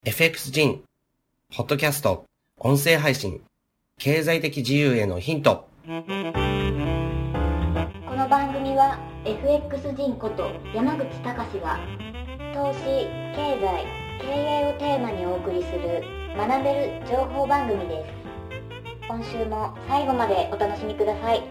FX 人、ポッドキャスト、音声配信、経済的自由へのヒント。 この番組は FX 人こと山口隆が投資、経済、経営をテーマにお送りする学べる情報番組です。今週も最後までお楽しみください。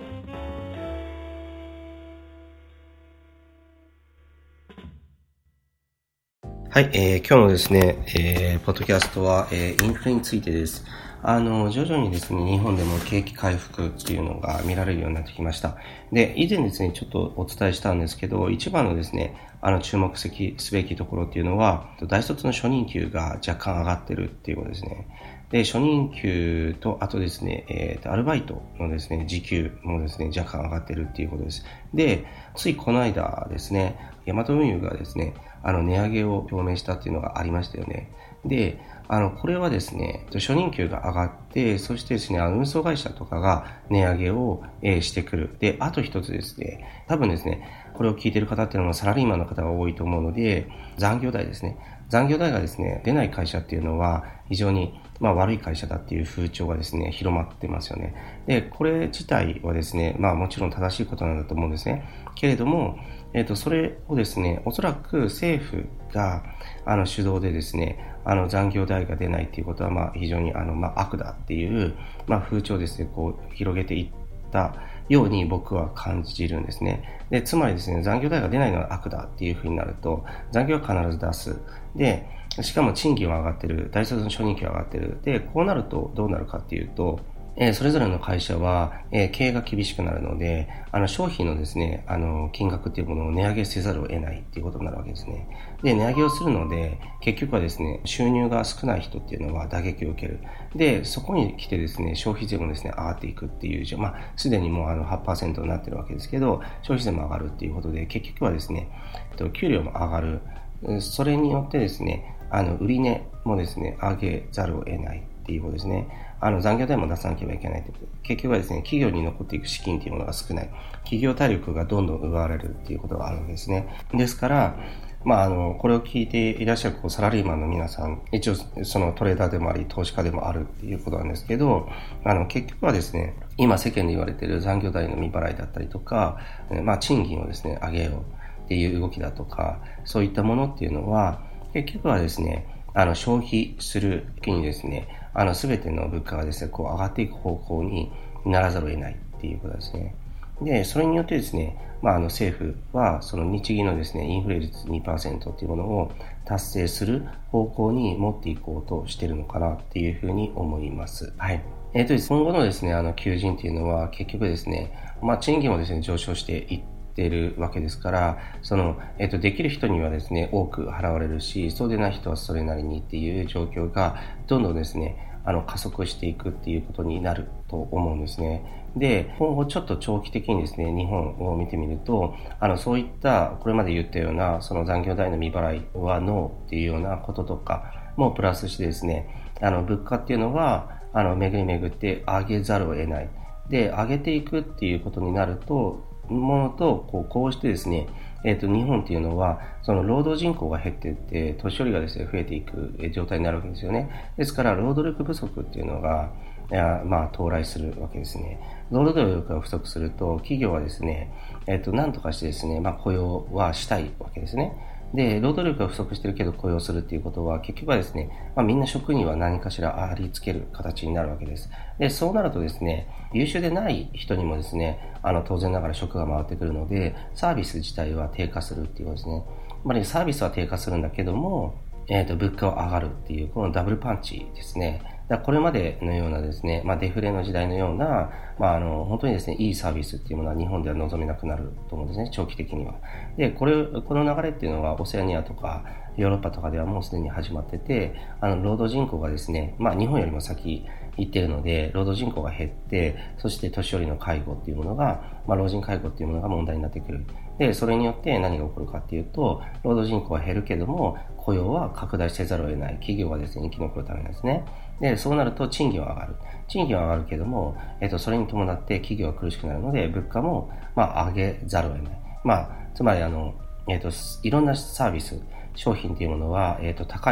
はい、今日のですね、ポッドキャストは、インフレについてです。徐々にですね、日本でも景気回復っていうのが見られるようになってきました。で、以前ですね、ちょっとお伝えしたんですけど、一番のですね、注目すべきところっていうのは、大卒の初任給が若干上がってるっていうことですね。で、初任給と、あとですね、アルバイトのですね、時給もですね、若干上がってるっていうことです。で、ついこの間ですね、ヤマト運輸がですね、値上げを表明したっていうのがありましたよね。で、これはですね、初任給が上がって、そしてですね、運送会社とかが値上げを、してくる。で、あと一つですね、多分ですね、これを聞いている方っていうのはサラリーマンの方が多いと思うので、残業代ですね。残業代がですね、出ない会社っていうのは非常に悪い会社だっていう風潮がですね、広まってますよね。で、これ自体はですね、もちろん正しいことなんだと思うんですね。けれども、それをですね、おそらく政府が主導でですね、残業代が出ないっていうことは非常に悪だっていう風潮をですね、こう広げていったように僕は感じるんですね。で、つまりですね、残業代が出ないのは悪だっていう風になると、残業は必ず出す。で、しかも賃金は上がってる。大卒の初任給は上がってる。で、こうなるとどうなるかっていうと、それぞれの会社は、経営が厳しくなるので、商品のですね、金額っていうものを値上げせざるを得ないっていうことになるわけですね。で、値上げをするので、結局はですね、収入が少ない人っていうのは打撃を受ける。で、そこに来てですね、消費税もですね、上がっていくっていう、すでにもう8% になってるわけですけど、消費税も上がるっていうことで、結局はですね、給料も上がる。それによってですね、売値もですね、上げざるを得ないっていうことですね。残業代も出さなければいけないということで、結局はですね、企業に残っていく資金というものが少ない。企業体力がどんどん奪われるっていうことがあるわけですね。ですから、これを聞いていらっしゃるサラリーマンの皆さん、一応そのトレーダーでもあり、投資家でもあるっていうことなんですけど、結局はですね、今世間で言われている残業代の未払いだったりとか、賃金をですね、上げようっていう動きだとか、そういったものっていうのは、結局はですね、消費する時にですね、すべての物価がですね、こう上がっていく方向にならざるを得ないっていうことですね。で、それによってですね、政府はその日銀のですね、インフレ率 2% っていうものを達成する方向に持っていこうとしているのかなっていうふうに思います。はい。今後のですね、求人っていうのは結局ですね、賃金もですね、上昇していっているわけですから、できる人にはですね、多く払われるし、そうでない人はそれなりにっていう状況が、どんどんですね、加速していくっていうことになると思うんですね。で、今後ちょっと長期的にですね、日本を見てみると、そういったこれまで言ったようなその残業代の未払いはノーっていうようなこととかもプラスしてですね、物価っていうのは巡り巡って上げざるを得ない。で、上げていくっていうことになると、ものとこうしてですね、日本っていうのはその労働人口が減っていって年寄りがですね増えていく状態になるわけですよね。ですから労働力不足っていうのが到来するわけですね。労働力が不足すると企業はですね、何とかしてですね、雇用はしたいわけですね。で、労働力が不足してるけど雇用するっていうことは結局はですね、みんな職には何かしらありつける形になるわけです。で、そうなるとですね、優秀でない人にもですね、当然ながら職が回ってくるので、サービス自体は低下するっていうことですね。サービスは低下するんだけども、物価は上がるっていう、このダブルパンチですね。これまでのようなですね、デフレの時代のような、本当にですね、いいサービスっていうものは日本では望めなくなると思うんですね、長期的には。で、この流れっていうのはオセアニアとかヨーロッパとかではもうすでに始まってて、労働人口がですね、日本よりも先行っているので、労働人口が減って、そして年寄りの介護っていうものが、老人介護っていうものが問題になってくる。で、それによって何が起こるかっていうと、労働人口は減るけども、雇用は拡大せざるを得ない。企業はですね、生き残るためなんですね。で、そうなると賃金は上がる。賃金は上がるけども、それに伴って企業は苦しくなるので、物価も、上げざるを得ない。つまりいろんなサービス、商品というものは、高い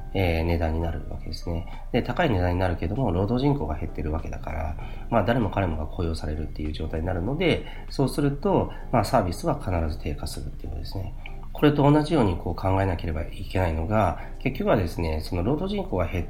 値段になるわけですね。で、高い値段になるけども、労働人口が減ってるわけだから、誰も彼もが雇用されるっていう状態になるので、そうすると、サービスは必ず低下するっていうことですね。これと同じように考えなければいけないのが、結局はですね、その労働人口が減って、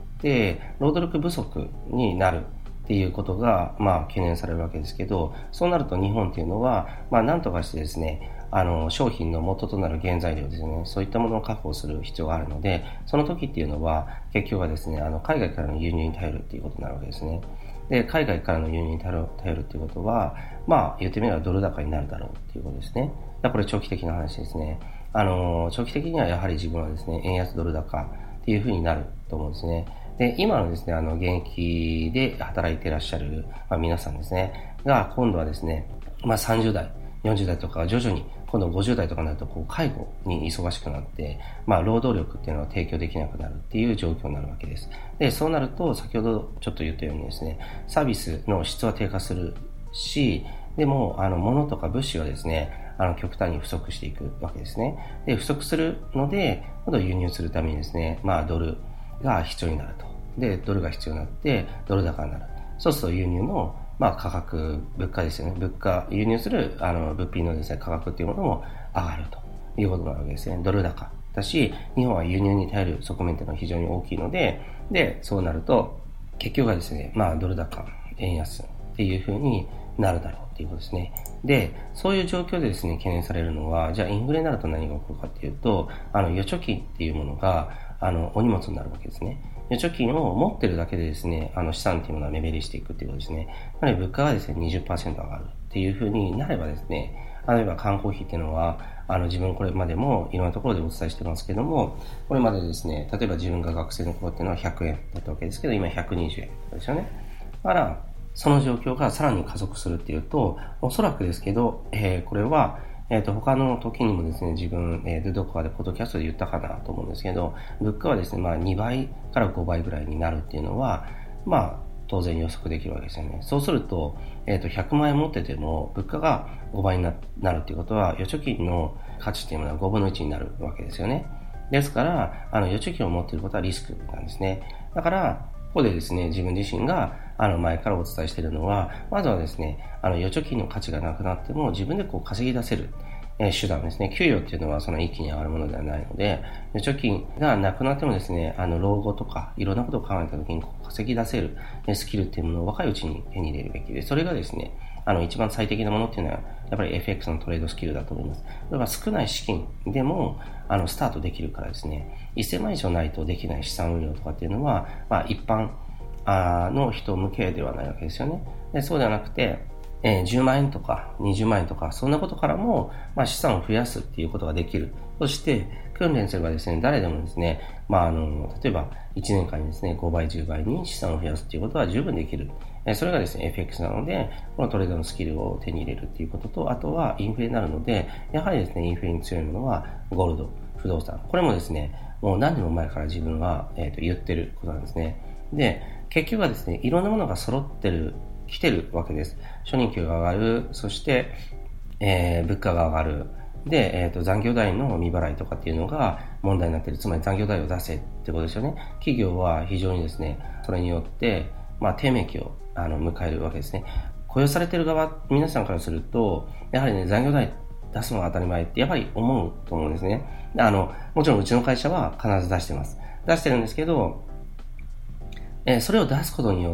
労働力不足になるっていうことが、懸念されるわけですけど、そうなると日本っていうのは、なんとかしてですね、商品の元となる原材料ですね、そういったものを確保する必要があるので、その時っていうのは、結局はですね、海外からの輸入に頼るっていうことになるわけですね。で、海外からの輸入に頼るっていうことは、言ってみればドル高になるだろうっていうことですね。これ長期的な話ですね。長期的にはやはり自分はですね、円安ドル高っていう風になると思うんですね。で、今のですね、現役で働いていらっしゃる、皆さんですね、が、今度はですね、30代、40代とか徐々に、今度50代とかになると、介護に忙しくなって、労働力っていうのは提供できなくなるっていう状況になるわけです。で、そうなると、先ほどちょっと言ったようにですね、サービスの質は低下するし、でも、物とか物資はですね、極端に不足していくわけですね。で、不足するので、今度輸入するためにですね、ドルが必要になると。で、ドルが必要になって、ドル高になる。そうすると輸入の、価格、物価ですよね。輸入する、物品のですね、価格っていうものも上がるということなわけですね。ドル高だし、日本は輸入に頼る側面っていうのは非常に大きいので、で、そうなると、結局はですね、ドル高、円安っていう風になるだろうっていうことですね。で、そういう状況でですね、懸念されるのは、じゃあインフレになると何が起こるかっていうと、預貯金っていうものが、お荷物になるわけですね。預貯金を持ってるだけでですね、資産っていうものは目減りしていくっていうことですね。物価がですね、20% 上がるっていう風になればですね、例えば缶コーヒーっていうのは、自分これまでもいろんなところでお伝えしてますけども、これまでですね、例えば自分が学生の頃っていうのは100円だったわけですけど、今120円ですよね。だから、その状況がさらに加速するっていうと、おそらくですけど、これは、他の時にもですね、自分、どこかでポッドキャストで言ったかなと思うんですけど、物価はですね、2倍から5倍ぐらいになるっていうのは、当然予測できるわけですよね。そうすると、100万円持ってても、物価が5倍になるっていうことは、預貯金の価値っていうのは5分の1になるわけですよね。ですから、預貯金を持っていることはリスクなんですね。だから、ここでですね、自分自身が、前からお伝えしているのは、まずはですね、預貯金の価値がなくなっても、自分で稼ぎ出せる、手段ですね。給与っていうのはその一気に上がるものではないので、預貯金がなくなってもですね、老後とか、いろんなことを考えたときに稼ぎ出せるスキルっていうものを若いうちに手に入れるべきで、それがですね、一番最適なものっていうのは、やっぱり FX のトレードスキルだと思います。だから少ない資金でも、スタートできるからですね、1000万以上ないとできない資産運用とかっていうのは、一般の人向けではないわけですよね。で、そうではなくて、10万円とか20万円とかそんなことからも、資産を増やすっていうことができる。そして訓練すればですね、誰でもですね、例えば1年間にですね、5倍10倍に資産を増やすっていうことは十分できる。それがですね、FX なので、このトレードのスキルを手に入れるっていうことと、あとはインフレになるので、やはりですね、インフレに強いものはゴールド、不動産。これもですね、もう何年も前から自分は、言ってることなんですね。で、結局はですね、いろんなものが揃って来てるわけです。初任給が上がる、そして、物価が上がる。で、残業代の未払いとかっていうのが問題になっている。つまり残業代を出せってことですよね。企業は非常にですね、それによって、低迷期を迎えるわけですね。雇用されている側、皆さんからすると、やはりね、残業代出すのが当たり前ってやっぱり思うと思うんですね。もちろんうちの会社は必ず出してます。出してるんですけど、それを出すことによって、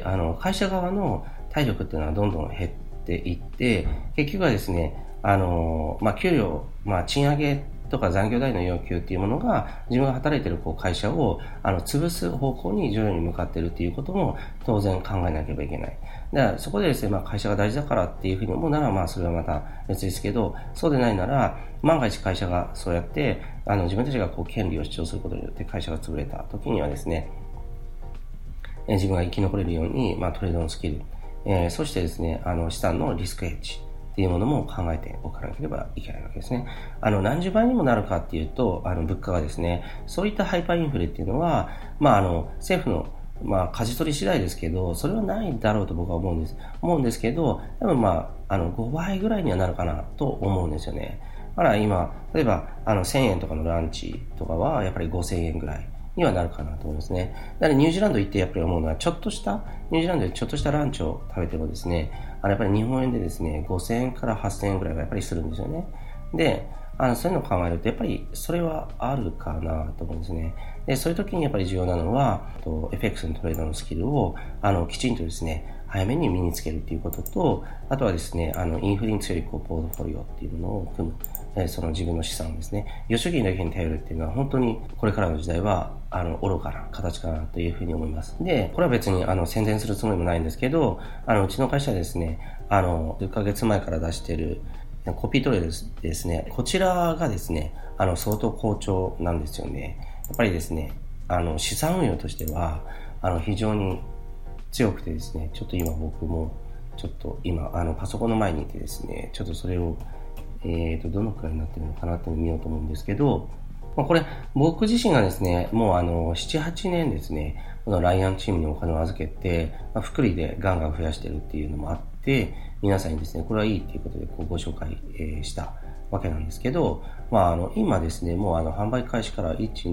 会社側の体力っていうのはどんどん減っていって、結局はですね、給料、賃上げとか残業代の要求っていうものが、自分が働いている会社を、潰す方向に徐々に向かっているっていうことも当然考えなければいけない。だからそこでですね、会社が大事だからっていうふうに思うなら、それはまた別ですけど、そうでないなら、万が一会社がそうやって、自分たちが権利を主張することによって会社が潰れた時にはですね、自分が生き残れるように、トレードのスキル、そしてですね、資産のリスクヘッジっていうものも考えておかなければいけないわけですね。何十倍にもなるかっていうと、物価がですね、そういったハイパーインフレっていうのは、政府の舵取り次第ですけど、それはないだろうと僕は思うんですけど、多分5倍ぐらいにはなるかなと思うんですよね。だから今、例えば1000円とかのランチとかはやっぱり5000円ぐらいにはなるかなと思いますね。だからニュージーランド行ってやっぱり思うのは、ニュージーランドでちょっとしたランチを食べてもですね、やっぱり日本円でですね、5000円から8000円ぐらいはやっぱりするんですよね。で、そういうのを考えると、やっぱりそれはあるかなと思うんですね。で、そういう時にやっぱり重要なのは、FX のトレードのスキルを、きちんとですね、早めに身につけるっていうことと、あとはですね、インフレに強いポートフォリオっていうのを組む、その自分の資産をですね、預貯金だけに頼るっていうのは本当にこれからの時代は、愚かな形かなというふうに思います。で、これは別に宣伝するつもりもないんですけど、うちの会社はですね、数ヶ月前から出しているコピートレードですね、こちらがですね、相当好調なんですよね。やっぱりですね、資産運用としては、非常に強くてですね、ちょっと今僕も、ちょっと今、パソコンの前にいてですね、ちょっとそれを、どのくらいになってるのかなっていうのを見ようと思うんですけど、これ、僕自身がですね、もう7、8年ですね、このライアンチームにお金を預けて、福利でガンガン増やしてるっていうのもあって、皆さんにですね、これはいいっていうことでご紹介、したわけなんですけど、今ですね、もう販売開始から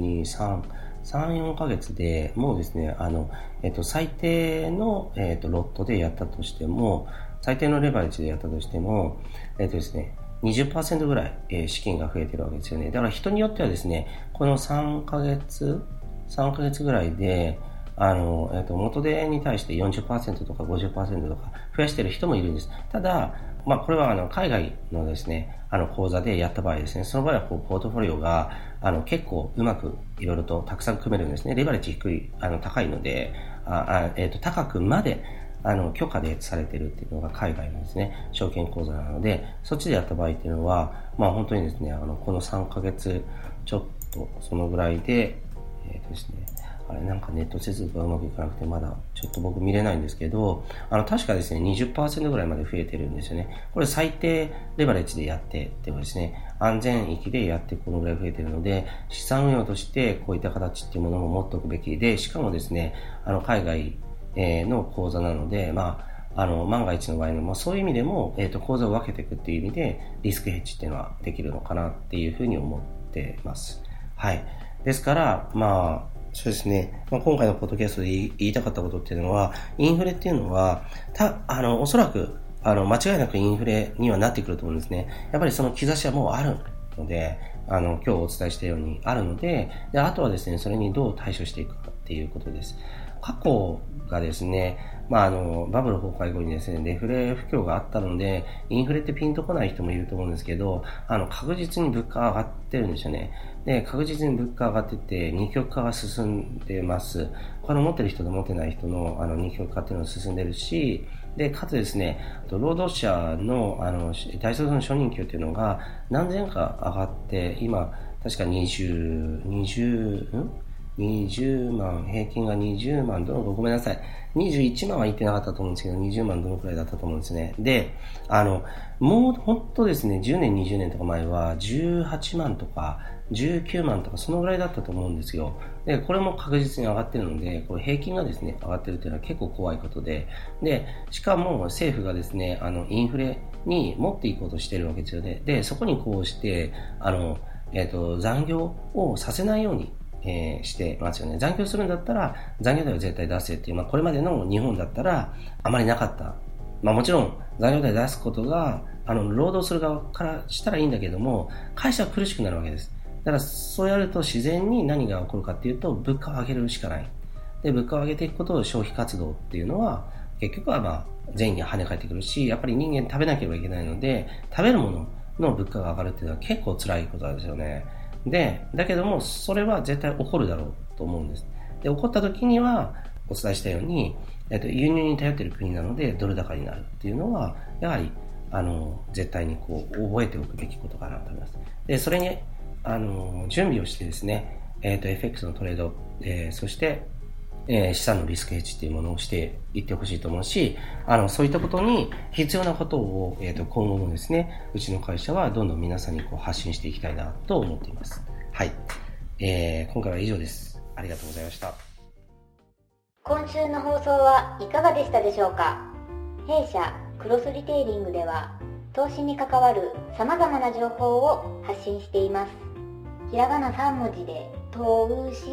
1、2、3、4ヶ月で、もうですね、最低の、ロットでやったとしても、最低のレバレッジでやったとしても、ですね、20% ぐらい、資金が増えてるわけですよね。だから人によってはですね、この3ヶ月ぐらいで、元手に対して 40% とか 50% とか増やしてる人もいるんです。ただ、これは海外のですね、口座でやった場合ですね、その場合はポートフォリオが結構うまくいろいろとたくさん組めるんですね。レバレッジ低い、高いので、高くまで許可でされているっていうのが海外のですね、証券口座なので、そっちでやった場合っていうのは、本当にですね、この3ヶ月ちょっとそのぐらいで、ですね、なんかネット接続がうまくいかなくてまだちょっと僕見れないんですけど、確かですね、20% ぐらいまで増えてるんですよね。これ最低レバレッジでやってでもですね、安全域でやってこのぐらい増えてるので、資産運用としてこういった形っていうものも持っておくべきで、しかもですね、海外の口座なので、万が一の場合の、そういう意味でも、口座を分けていくっていう意味で、リスクヘッジっていうのはできるのかなっていうふうに思ってます。はい。ですから、そうですね。今回のポッドキャストで言いたかったことっていうのは、インフレっていうのは、おそらく、間違いなくインフレにはなってくると思うんですね。やっぱりその兆しはもうあるので、今日お伝えしたようにあるので、あとはですね、それにどう対処していくかっていうことです。過去がですね、バブル崩壊後にですね、デフレ不況があったので、インフレってピンとこない人もいると思うんですけど、確実に物価が上がってるんですよね。で、確実に物価上がってて、二極化が進んでます。お金持ってる人と持ってない人の、二極化っていうのが進んでるし、で、かつですね、労働者の、大多数の初任給っていうのが何千か上がって、今、確か20万、平均が20万、ごめんなさい。21万は言ってなかったと思うんですけど、20万どのくらいだったと思うんですね。で、もう本当ですね、10年、20年とか前は18万とか19万とかそのぐらいだったと思うんですよ。で、これも確実に上がってるので、これ平均がですね、上がってるっていうのは結構怖いことで、で、しかも政府がですね、インフレに持っていこうとしてるわけですよね。で、そこにこうして、残業をさせないように、してますよね。残業するんだったら残業代は絶対出せっていう、これまでの日本だったらあまりなかった。もちろん残業代出すことが労働する側からしたらいいんだけども、会社は苦しくなるわけです。だからそうやると自然に何が起こるかっていうと、物価を上げるしかない。で、物価を上げていくことを消費活動っていうのは結局は全員に跳ね返ってくるし、やっぱり人間食べなければいけないので、食べるものの物価が上がるっていうのは結構辛いことなんですよね。で、だけども、それは絶対起こるだろうと思うんです。で、起こった時には、お伝えしたように、輸入に頼っている国なので、ドル高になるっていうのは、やはり、絶対に覚えておくべきことかなと思います。で、それに、準備をしてですね、FX のトレード、そして、資産のリスクヘッジっていうものをしていってほしいと思うし、そういったことに必要なことを、今後もですね、うちの会社はどんどん皆さんに発信していきたいなと思っています。はい。今回は以上です。ありがとうございました。 今週の放送はいかがでしたでしょうか。弊社クロスリテイリングでは投資に関わる様々な情報を発信しています。ひらがな3文字で投資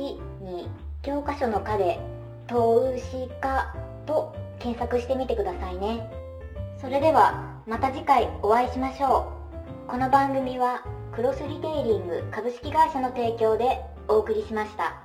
に教科書の科で投資家と検索してみてくださいね。それではまた次回お会いしましょう。この番組はクロスリテイリング株式会社の提供でお送りしました。